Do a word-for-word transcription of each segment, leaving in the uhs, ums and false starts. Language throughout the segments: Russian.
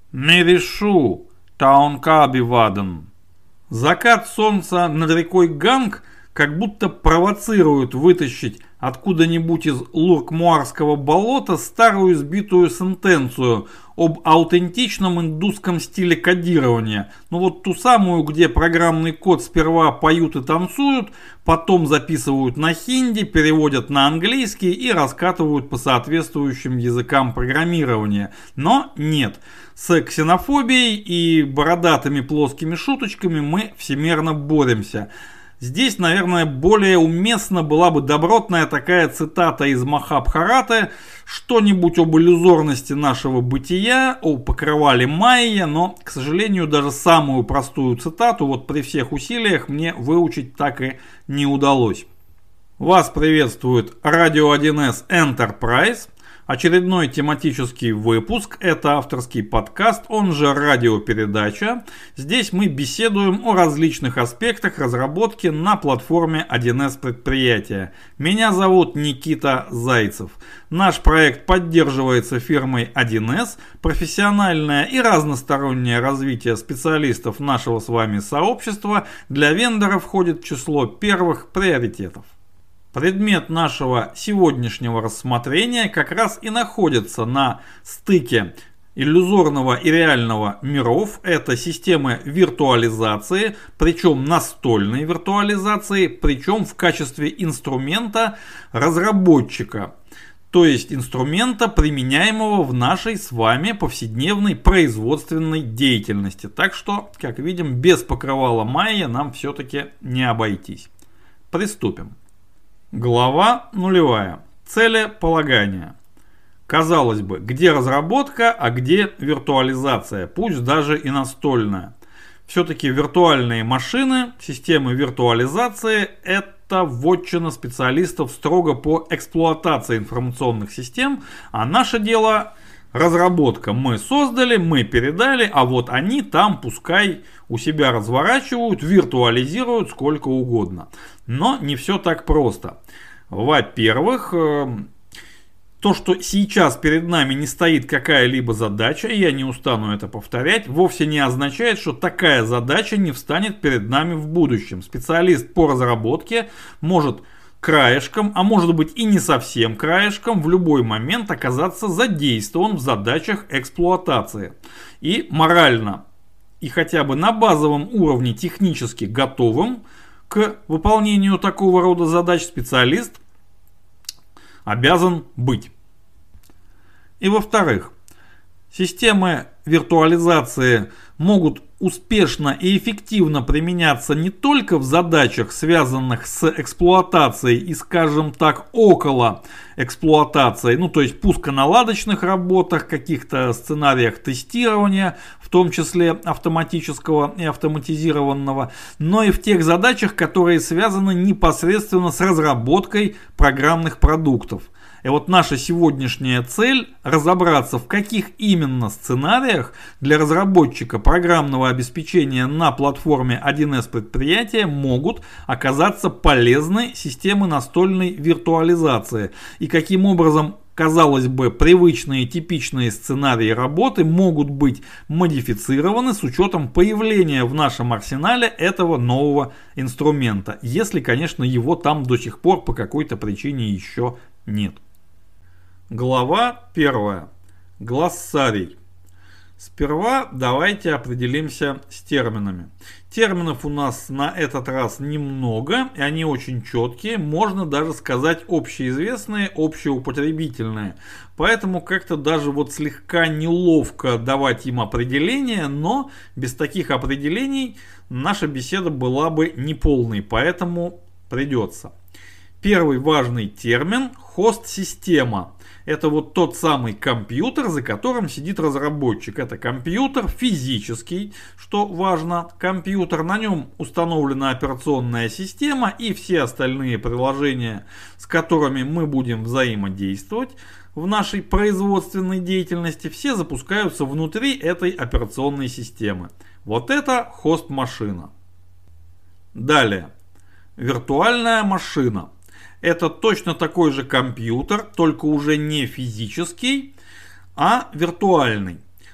Не решу, таункаби ваден. Закат солнца над рекой Ганг как будто провоцирует вытащить откуда-нибудь из Луркмуарского болота старую сбитую сентенцию об аутентичном индусском стиле кодирования. Ну вот ту самую, где программный код сперва поют и танцуют, потом записывают на хинди, переводят на английский и раскатывают по соответствующим языкам программирования. Но нет, с ксенофобией и бородатыми плоскими шуточками мы всемерно боремся. Здесь, наверное, более уместна была бы добротная такая цитата из Махабхараты, что-нибудь об иллюзорности нашего бытия, о покрывале майя, но, к сожалению, даже самую простую цитату вот при всех усилиях мне выучить так и не удалось. Вас приветствует Радио один эс Enterprise. Очередной тематический выпуск, это авторский подкаст, он же радиопередача. Здесь мы беседуем о различных аспектах разработки на платформе один эс предприятия. Меня зовут Никита Зайцев. Наш проект поддерживается фирмой один эс. Профессиональное и разностороннее развитие специалистов нашего с вами сообщества для вендора входит в число первых приоритетов. Предмет нашего сегодняшнего рассмотрения как раз и находится на стыке иллюзорного и реального миров. Это системы виртуализации, причем настольной виртуализации, причем в качестве инструмента разработчика. То есть инструмента, применяемого в нашей с вами повседневной производственной деятельности. Так что, как видим, без покрывала майя нам все-таки не обойтись. Приступим. Глава нулевая. Целеполагание. Казалось бы, где разработка, а где виртуализация, пусть даже и настольная. Все-таки виртуальные машины, системы виртуализации – это вотчина специалистов строго по эксплуатации информационных систем, а наше дело – разработка. Мы создали, мы передали, а вот они там пускай у себя разворачивают, виртуализируют сколько угодно. Но не все так просто. Во-первых, то, что сейчас перед нами не стоит какая-либо задача, и я не устану это повторять, вовсе не означает, что такая задача не встанет перед нами в будущем. Специалист по разработке может краешком, а может быть и не совсем краешком, в любой момент оказаться задействован в задачах эксплуатации. И морально, и хотя бы на базовом уровне технически готовым к выполнению такого рода задач специалист обязан быть. И во-вторых, системы виртуализации могут успешно и эффективно применяться не только в задачах, связанных с эксплуатацией и, скажем так, около эксплуатации, ну то есть пусконаладочных работах, каких-то сценариях тестирования, в том числе автоматического и автоматизированного, но и в тех задачах, которые связаны непосредственно с разработкой программных продуктов. И вот наша сегодняшняя цель – разобраться, в каких именно сценариях для разработчика программного обеспечения на платформе один эс предприятия могут оказаться полезны системы настольной виртуализации. И каким образом, казалось бы, привычные типичные сценарии работы могут быть модифицированы с учетом появления в нашем арсенале этого нового инструмента. Если, конечно, его там до сих пор по какой-то причине еще нет. Глава первая. Глоссарий. Сперва давайте определимся с терминами. Терминов у нас на этот раз немного, и они очень четкие, можно даже сказать общеизвестные, общеупотребительные. Поэтому как-то даже вот слегка неловко давать им определения, но без таких определений наша беседа была бы неполной, поэтому придется. Первый важный термин – хост-система. Это вот тот самый компьютер, за которым сидит разработчик. Это компьютер физический, что важно. Компьютер, на нем установлена операционная система и все остальные приложения, с которыми мы будем взаимодействовать в нашей производственной деятельности, все запускаются внутри этой операционной системы. Вот это хост-машина. Далее. Виртуальная машина. Это точно такой же компьютер, только уже не физический, а виртуальный.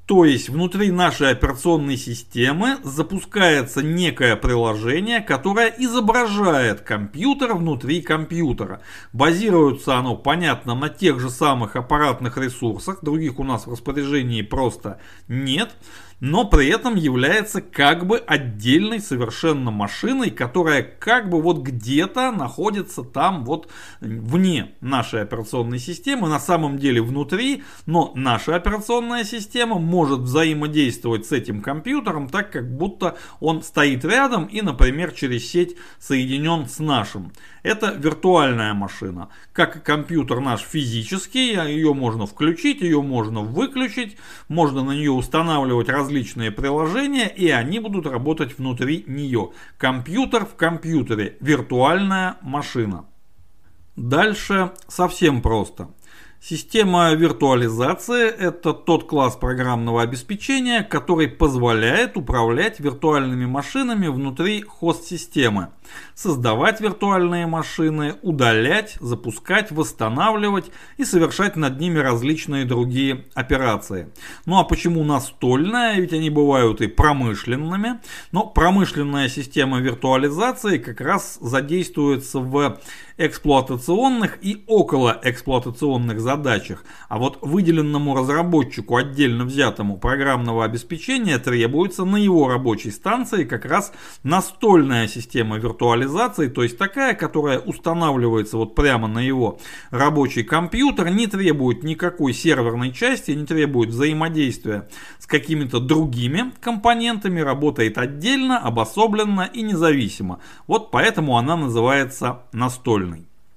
То есть внутри нашей операционной системы запускается некое приложение, которое изображает компьютер внутри компьютера. Базируется оно, понятно, на тех же самых аппаратных ресурсах, других у нас в распоряжении просто нет. Но при этом является как бы отдельной совершенно машиной, которая как бы вот где-то находится там вот вне нашей операционной системы, на самом деле внутри, но наша операционная система может взаимодействовать с этим компьютером так, как будто он стоит рядом и, например, через сеть соединен с нашим. Это виртуальная машина. Как и компьютер наш физический, ее можно включить, ее можно выключить, можно на нее устанавливать различные приложения, и они будут работать внутри нее. Компьютер в компьютере, виртуальная машина. Дальше совсем просто. Система виртуализации – это тот класс программного обеспечения, который позволяет управлять виртуальными машинами внутри хост-системы, создавать виртуальные машины, удалять, запускать, восстанавливать и совершать над ними различные другие операции. Ну а почему настольная? Ведь они бывают и промышленными. Но промышленная система виртуализации как раз задействуется в эксплуатационных и околоэксплуатационных задачах, а вот выделенному разработчику отдельно взятому программного обеспечения требуется на его рабочей станции как раз настольная система виртуализации, то есть такая, которая устанавливается вот прямо на его рабочий компьютер, не требует никакой серверной части, не требует взаимодействия с какими-то другими компонентами, работает отдельно, обособленно и независимо. Вот поэтому она называется настольной.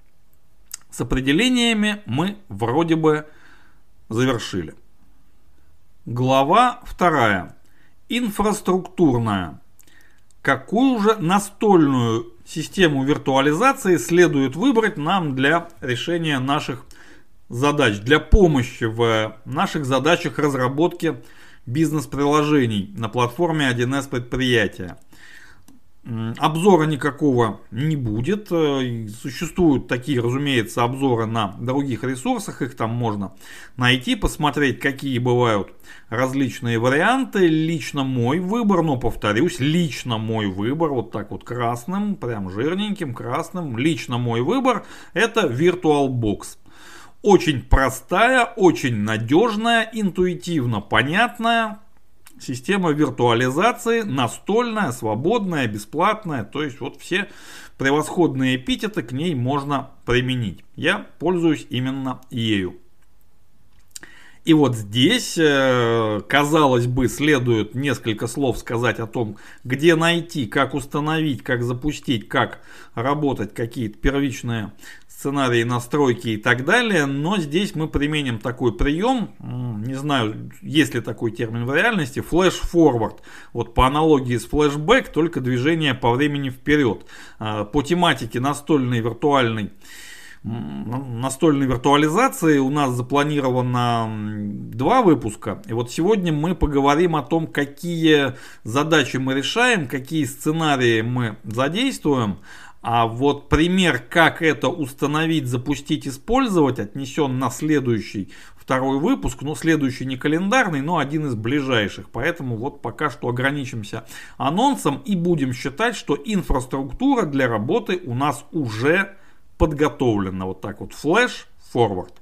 С определениями мы вроде бы завершили. Глава вторая. Инфраструктурная. Какую же настольную систему виртуализации следует выбрать нам для решения наших задач, для помощи в наших задачах разработки бизнес-приложений на платформе один эс предприятия? Обзора никакого не будет. Существуют такие, разумеется, обзоры на других ресурсах. Их там можно найти, посмотреть, какие бывают различные варианты. Лично мой выбор, но повторюсь, лично мой выбор, вот так вот красным, прям жирненьким красным, лично мой выбор — это VirtualBox. Очень простая, очень надежная, интуитивно понятная система виртуализации, настольная, свободная, бесплатная, то есть вот все превосходные эпитеты к ней можно применить. Я пользуюсь именно ею. И вот здесь, казалось бы, следует несколько слов сказать о том, где найти, как установить, как запустить, как работать, какие-то первичные сценарии, настройки и так далее. Но здесь мы применим такой прием, не знаю, есть ли такой термин в реальности, флэш-форвард. Вот по аналогии с флэшбэк, только движение по времени вперед. По тематике настольной виртуальной настольной виртуализации у нас запланировано два выпуска. И вот сегодня мы поговорим о том, какие задачи мы решаем, какие сценарии мы задействуем. А вот пример, как это установить, запустить, использовать, отнесен на следующий второй выпуск. Но следующий не календарный, но один из ближайших. Поэтому вот пока что ограничимся анонсом и будем считать, что инфраструктура для работы у нас уже подготовлена. Вот так вот. Флэш-форвард.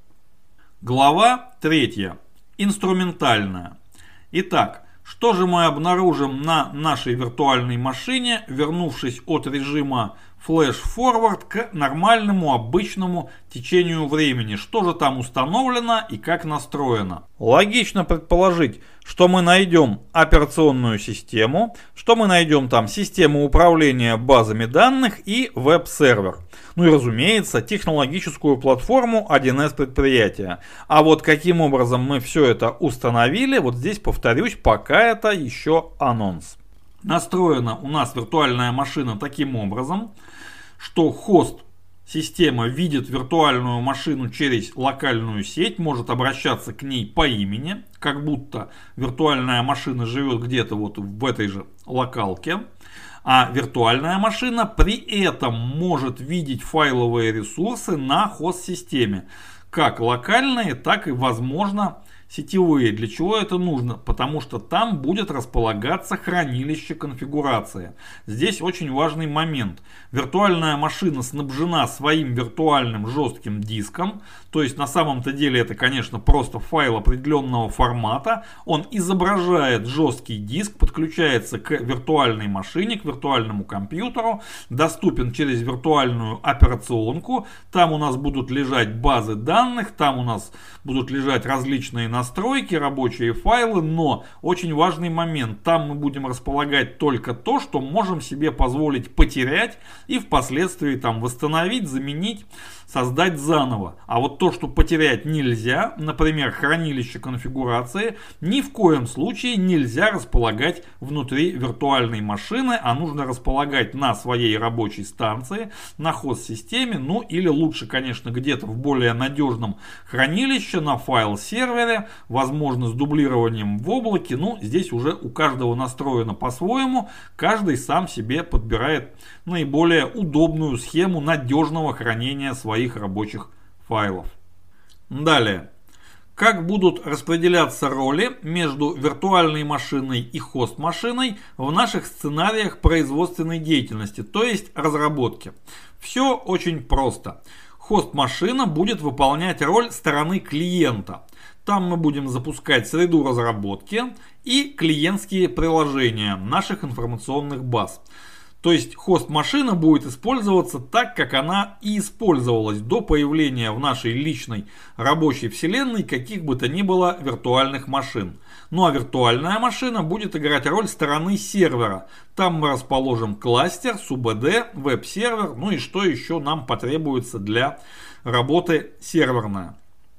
Глава третья. Инструментальная. Итак, что же мы обнаружим на нашей виртуальной машине, вернувшись от режима флэш-форвард к нормальному обычному течению времени? Что же там установлено и как настроено? Логично предположить, что мы найдем операционную систему, что мы найдем там систему управления базами данных и веб-сервер. Ну и, разумеется, технологическую платформу один эс предприятия. А вот каким образом мы все это установили, вот здесь, повторюсь, пока это еще анонс. Настроена у нас виртуальная машина таким образом, что хост система видит виртуальную машину через локальную сеть, может обращаться к ней по имени, как будто виртуальная машина живет где-то вот в этой же локалке. А виртуальная машина при этом может видеть файловые ресурсы на хост-системе, как локальные, так и, возможно, сетевые. Для чего это нужно? Потому что там будет располагаться хранилище конфигурации. Здесь очень важный момент. Виртуальная машина снабжена своим виртуальным жестким диском. То есть на самом-то деле это, конечно, просто файл определенного формата. Он изображает жесткий диск, подключается к виртуальной машине, к виртуальному компьютеру, доступен через виртуальную операционку. Там у нас будут лежать базы данных, там у нас будут лежать различные настройки, рабочие файлы, но очень важный момент, там мы будем располагать только то, что можем себе позволить потерять и впоследствии там восстановить, заменить, создать заново. А вот то, что потерять нельзя, например, хранилище конфигурации, ни в коем случае нельзя располагать внутри виртуальной машины, а нужно располагать на своей рабочей станции, на хост-системе, ну или лучше, конечно, где-то в более надежном хранилище, на файл-сервере, возможно, с дублированием в облаке. Ну, здесь уже у каждого настроено по-своему, каждый сам себе подбирает наиболее удобную схему надежного хранения своих рабочих файлов. Далее. Как будут распределяться роли между виртуальной машиной и хост-машиной в наших сценариях производственной деятельности, то есть разработки? Все очень просто. Хост-машина будет выполнять роль стороны клиента. Там мы будем запускать среду разработки и клиентские приложения наших информационных баз. То есть хост-машина будет использоваться так, как она и использовалась до появления в нашей личной рабочей вселенной каких бы то ни было виртуальных машин. Ну а виртуальная машина будет играть роль стороны сервера. Там мы расположим кластер, СУБД, веб-сервер, ну и что еще нам потребуется для работы серверная.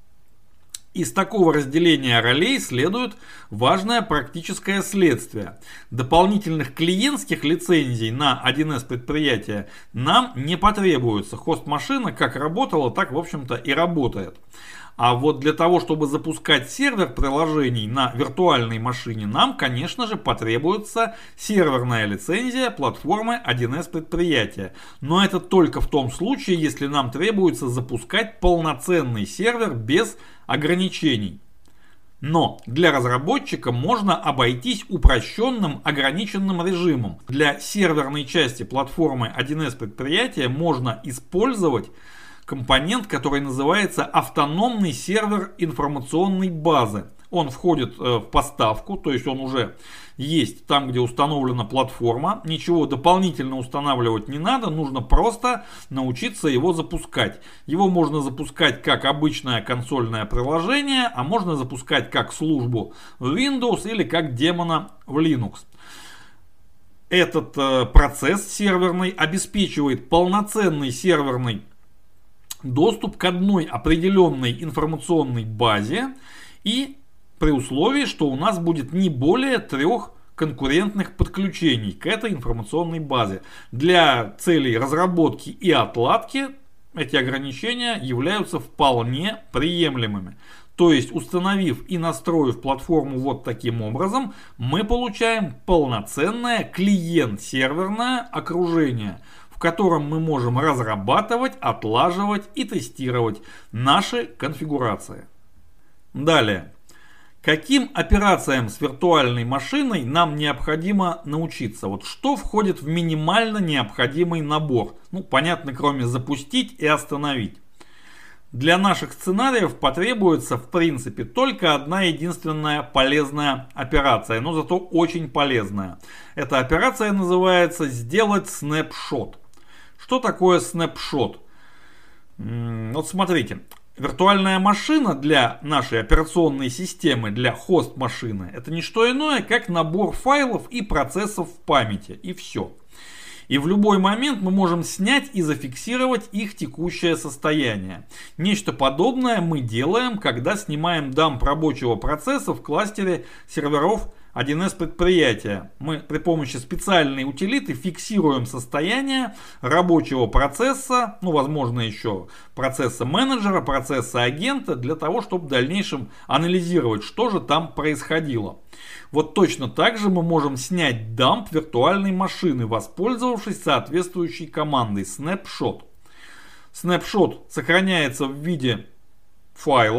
Из такого разделения ролей следует важное практическое следствие. Дополнительных клиентских лицензий на один эс предприятия нам не потребуется. Хост-машина как работала, так в общем-то и работает. А вот для того, чтобы запускать сервер приложений на виртуальной машине, нам, конечно же, потребуется серверная лицензия платформы один эс предприятия. Но это только в том случае, если нам требуется запускать полноценный сервер без ограничений. Но для разработчика можно обойтись упрощенным ограниченным режимом. Для серверной части платформы один эс предприятия можно использовать компонент, который называется автономный сервер информационной базы. Он входит в поставку, то есть он уже есть там, где установлена платформа. Ничего дополнительно устанавливать не надо, нужно просто научиться его запускать. Его можно запускать как обычное консольное приложение, а можно запускать как службу в Windows или как демона в Linux. Этот э, процесс серверный обеспечивает полноценный серверный доступ к одной определенной информационной базе и при условии, что у нас будет не более трех конкурентных подключений к этой информационной базе. Для целей разработки и отладки эти ограничения являются вполне приемлемыми. То есть, установив и настроив платформу вот таким образом, мы получаем полноценное клиент-серверное окружение, в котором мы можем разрабатывать, отлаживать и тестировать наши конфигурации. Далее. Каким операциям с виртуальной машиной нам необходимо научиться? Вот что входит в минимально необходимый набор? Ну, понятно, кроме запустить и остановить. Для наших сценариев потребуется, в принципе, только одна единственная полезная операция, но зато очень полезная. Эта операция называется «сделать снапшот». Что такое снапшот? Вот смотрите. Виртуальная машина для нашей операционной системы, для хост-машины, это не что иное, как набор файлов и процессов в памяти. И все. И в любой момент мы можем снять и зафиксировать их текущее состояние. Нечто подобное мы делаем, когда снимаем дамп рабочего процесса в кластере серверов один эс предприятия. Мы при помощи специальной утилиты фиксируем состояние рабочего процесса, ну возможно еще процесса менеджера, процесса агента, для того, чтобы в дальнейшем анализировать, что же там происходило. Вот точно так же мы можем снять дамп виртуальной машины, воспользовавшись соответствующей командой snapshot. Snapshot сохраняется в виде файла,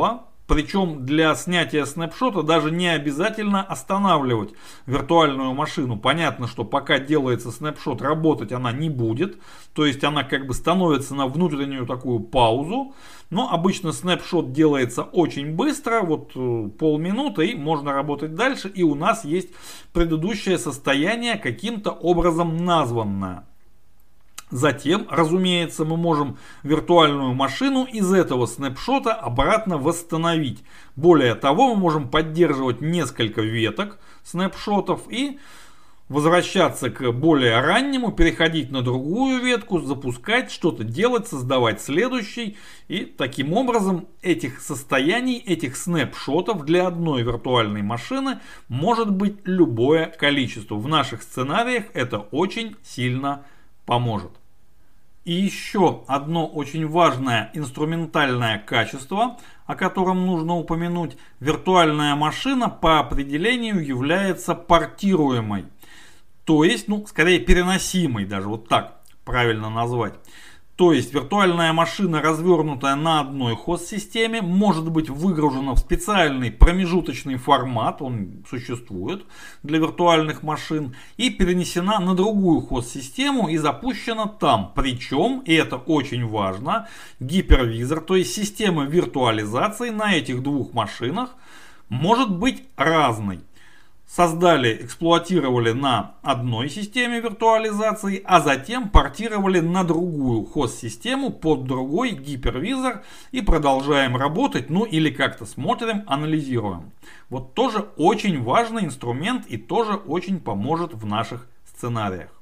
Причем для снятия снапшота даже не обязательно останавливать виртуальную машину. Понятно, что пока делается снапшот, работать она не будет. То есть она как бы становится на внутреннюю такую паузу. Но обычно снапшот делается очень быстро, вот полминуты, и можно работать дальше. И у нас есть предыдущее состояние каким-то образом названное. Затем, разумеется, мы можем виртуальную машину из этого снапшота обратно восстановить. Более того, мы можем поддерживать несколько веток снапшотов и возвращаться к более раннему, переходить на другую ветку, запускать, что-то делать, создавать следующий. И таким образом этих состояний, этих снапшотов для одной виртуальной машины может быть любое количество. В наших сценариях это очень сильно поможет. И еще одно очень важное инструментальное качество, о котором нужно упомянуть. Виртуальная машина по определению является портируемой. То есть, ну, скорее переносимой, даже вот так правильно назвать. То есть виртуальная машина, развернутая на одной хост-системе, может быть выгружена в специальный промежуточный формат, он существует для виртуальных машин, и перенесена на другую хост-систему и запущена там. Причем, и это очень важно, гипервизор, то есть система виртуализации на этих двух машинах может быть разной. Создали, эксплуатировали на одной системе виртуализации, а затем портировали на другую хост-систему под другой гипервизор и продолжаем работать, ну или как-то смотрим, анализируем. Вот тоже очень важный инструмент и тоже очень поможет в наших сценариях.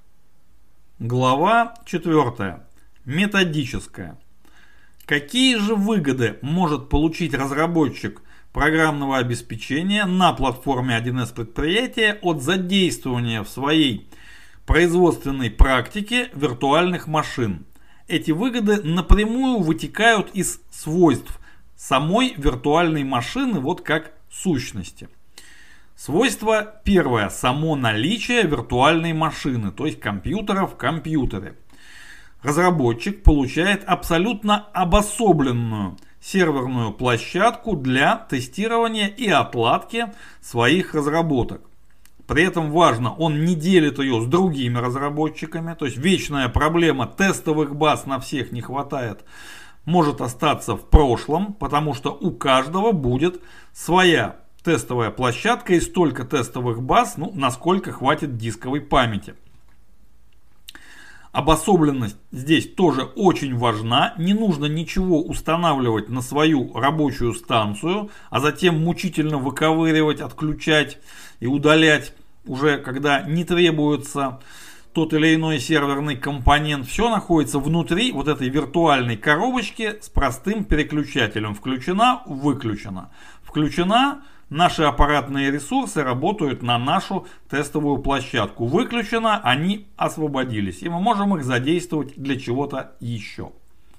Глава четвертая. Методическая. Какие же выгоды может получить разработчик программного обеспечения на платформе один эс предприятия от задействования в своей производственной практике виртуальных машин? Эти выгоды напрямую вытекают из свойств самой виртуальной машины, вот как сущности. Свойство первое. Само наличие виртуальной машины, то есть компьютера в компьютере. Разработчик получает абсолютно обособленную серверную площадку для тестирования и отладки своих разработок. При этом важно, он не делит ее с другими разработчиками, то есть вечная проблема тестовых баз на всех не хватает, может остаться в прошлом, потому что у каждого будет своя тестовая площадка и столько тестовых баз, ну, насколько хватит дисковой памяти. Обособленность здесь тоже очень важна. Не нужно ничего устанавливать на свою рабочую станцию, а затем мучительно выковыривать, отключать и удалять уже когда не требуется тот или иной серверный компонент. Все находится внутри вот этой виртуальной коробочки с простым переключателем. Включена, выключена. Включена. Наши аппаратные ресурсы работают на нашу тестовую площадку. Выключено, они освободились. И мы можем их задействовать для чего-то еще.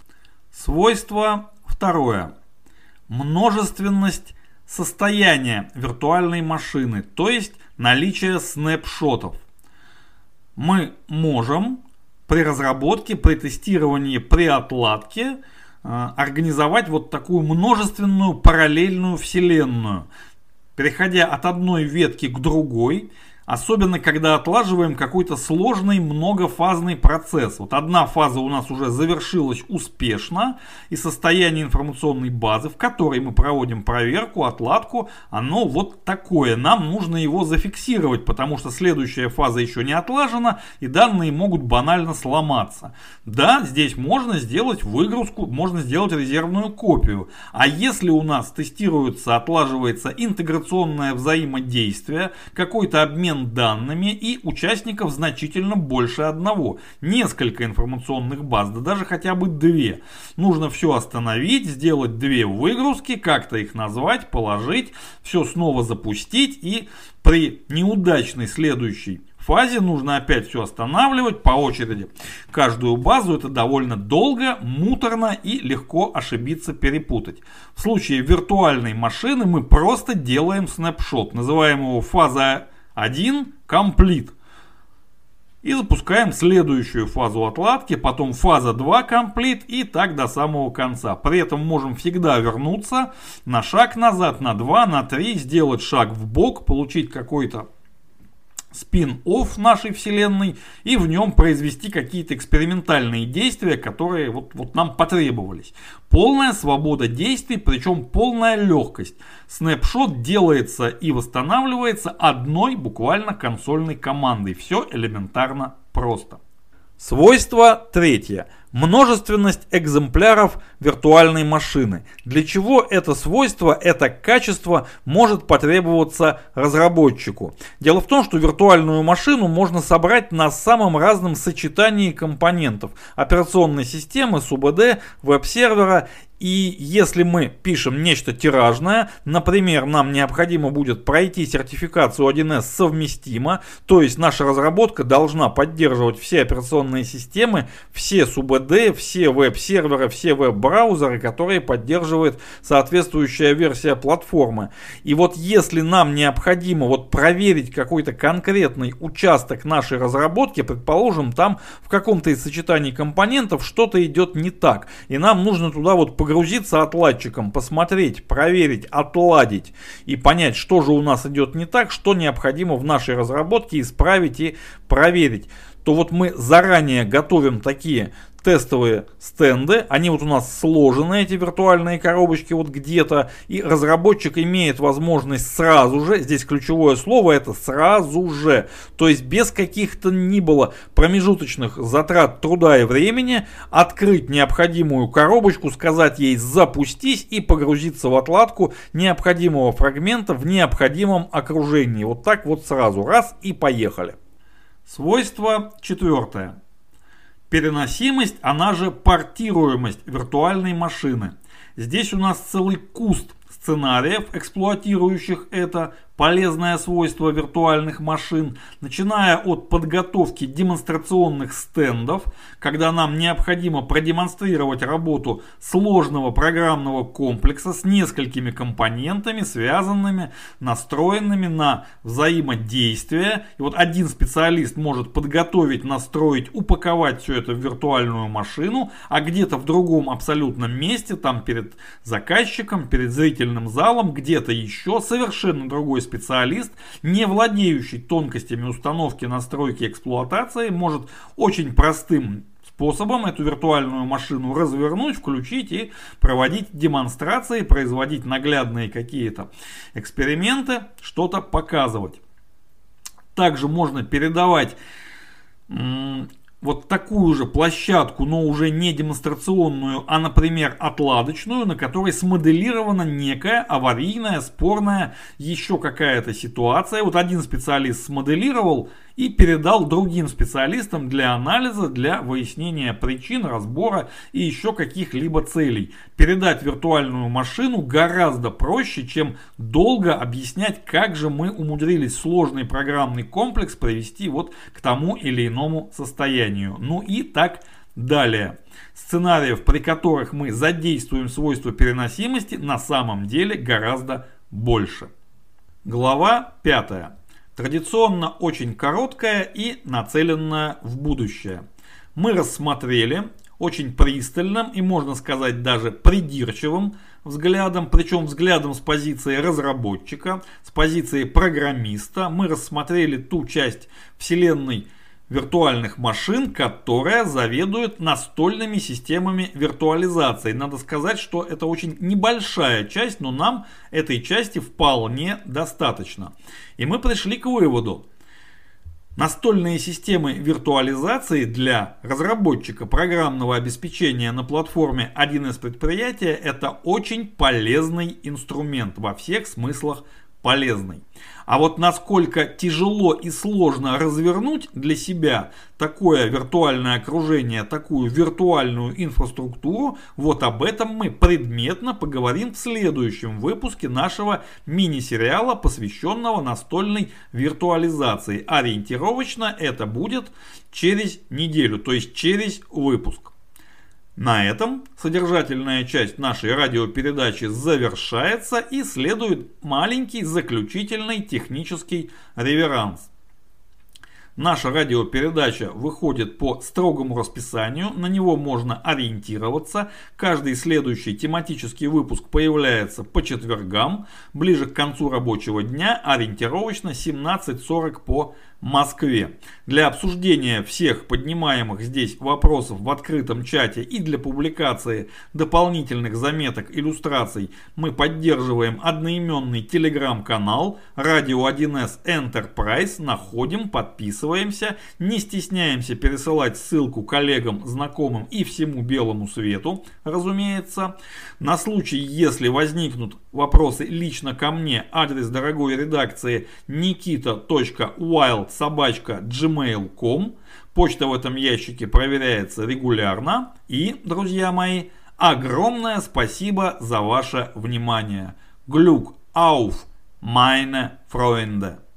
Свойство второе. Множественность состояния виртуальной машины, то есть наличие снапшотов. Мы можем при разработке, при тестировании, при отладке э, организовать вот такую множественную параллельную вселенную. Переходя от одной ветки к другой, особенно когда отлаживаем какой-то сложный многофазный процесс. Вот одна фаза у нас уже завершилась успешно, и состояние информационной базы, в которой мы проводим проверку, отладку, оно вот такое. Нам нужно его зафиксировать, потому что следующая фаза еще не отлажена, и данные могут банально сломаться. Да, здесь можно сделать выгрузку, можно сделать резервную копию. А если у нас тестируется, отлаживается интеграционное взаимодействие, какой-то обмен данными, и участников значительно больше одного. Несколько информационных баз, да даже хотя бы две. Нужно все остановить, сделать две выгрузки, как-то их назвать, положить, все снова запустить, и при неудачной следующей фазе нужно опять все останавливать по очереди. Каждую базу это довольно долго, муторно и легко ошибиться, перепутать. В случае виртуальной машины мы просто делаем снапшот, называем его фаза один complete. И запускаем следующую фазу отладки, потом фаза два комплит и так до самого конца. При этом можем всегда вернуться на шаг назад, на два, на три, сделать шаг в бок, получить какой-то спин-офф нашей вселенной и в нем произвести какие-то экспериментальные действия, которые вот, вот нам потребовались. Полная свобода действий, причем полная легкость. Снапшот делается и восстанавливается одной буквально консольной командой. Все элементарно просто. Свойство третье. Множественность экземпляров виртуальной машины. Для чего это свойство, это качество может потребоваться разработчику? Дело в том, что виртуальную машину можно собрать на самом разном сочетании компонентов. Операционной системы, СУБД, веб-сервера. И если мы пишем нечто тиражное, например, нам необходимо будет пройти сертификацию один эс совместимо, то есть наша разработка должна поддерживать все операционные системы, все СУБД, все веб-серверы, все веб-браузеры, которые поддерживает соответствующая версия платформы. И вот если нам необходимо вот проверить какой-то конкретный участок нашей разработки, предположим, там в каком-то из сочетаний компонентов что-то идет не так, и нам нужно туда вот погрузиться отладчиком, посмотреть, проверить, отладить и понять, что же у нас идет не так, что необходимо в нашей разработке исправить и проверить, то вот мы заранее готовим такие тестовые стенды, они вот у нас сложены, эти виртуальные коробочки вот где-то, и разработчик имеет возможность сразу же, здесь ключевое слово это сразу же, то есть без каких-то ни было промежуточных затрат труда и времени, открыть необходимую коробочку, сказать ей запустись и погрузиться в отладку необходимого фрагмента в необходимом окружении. Вот так вот сразу, раз и поехали. Свойство четвертое. Переносимость, она же портируемость виртуальной машины. Здесь у нас целый куст сценариев, эксплуатирующих это полезное свойство виртуальных машин, начиная от подготовки демонстрационных стендов, когда нам необходимо продемонстрировать работу сложного программного комплекса с несколькими компонентами, связанными, настроенными на взаимодействие. И вот один специалист может подготовить, настроить, упаковать все это в виртуальную машину, а где-то в другом абсолютном месте, там перед заказчиком, перед зрительным залом, где-то еще совершенно другой специалист, не владеющий тонкостями установки, настройки, эксплуатации, может очень простым способом эту виртуальную машину развернуть, включить и проводить демонстрации, производить наглядные какие-то эксперименты, что-то показывать. Также можно передавать вот такую же площадку, но уже не демонстрационную, а, например, отладочную, на которой смоделирована некая аварийная, спорная, еще какая-то ситуация. Вот один специалист смоделировал и передал другим специалистам для анализа, для выяснения причин, разбора и еще каких-либо целей. Передать виртуальную машину гораздо проще, чем долго объяснять, как же мы умудрились сложный программный комплекс привести вот к тому или иному состоянию. Ну и так далее. Сценариев, при которых мы задействуем свойства переносимости, на самом деле гораздо больше. Глава пятая. Традиционно очень короткая и нацеленная в будущее. Мы рассмотрели очень пристальным и, можно сказать, даже придирчивым взглядом, причем взглядом с позиции разработчика, с позиции программиста, мы рассмотрели ту часть вселенной виртуальных машин, которая заведует настольными системами виртуализации. Надо сказать, что это очень небольшая часть, но нам этой части вполне достаточно. И мы пришли к выводу. Настольные системы виртуализации для разработчика программного обеспечения на платформе один эс предприятия – это очень полезный инструмент, во всех смыслах полезный. А вот насколько тяжело и сложно развернуть для себя такое виртуальное окружение, такую виртуальную инфраструктуру, вот об этом мы предметно поговорим в следующем выпуске нашего мини-сериала, посвященного настольной виртуализации. Ориентировочно это будет через неделю, то есть через выпуск. На этом содержательная часть нашей радиопередачи завершается и следует маленький заключительный технический реверанс. Наша радиопередача выходит по строгому расписанию, на него можно ориентироваться. Каждый следующий тематический выпуск появляется по четвергам, ближе к концу рабочего дня, ориентировочно семнадцать сорок по Москве. Для обсуждения всех поднимаемых здесь вопросов в открытом чате и для публикации дополнительных заметок, иллюстраций мы поддерживаем одноименный телеграм-канал радио один эс Enterprise. Находим, подписываемся, не стесняемся пересылать ссылку коллегам, знакомым и всему белому свету, разумеется. На случай, если возникнут вопросы лично ко мне, адрес дорогой редакции никита точка уайлд собачка джимейл точка ком. Почта в этом ящике проверяется регулярно. И, друзья мои, огромное спасибо за ваше внимание. Glück auf, meine Freunde.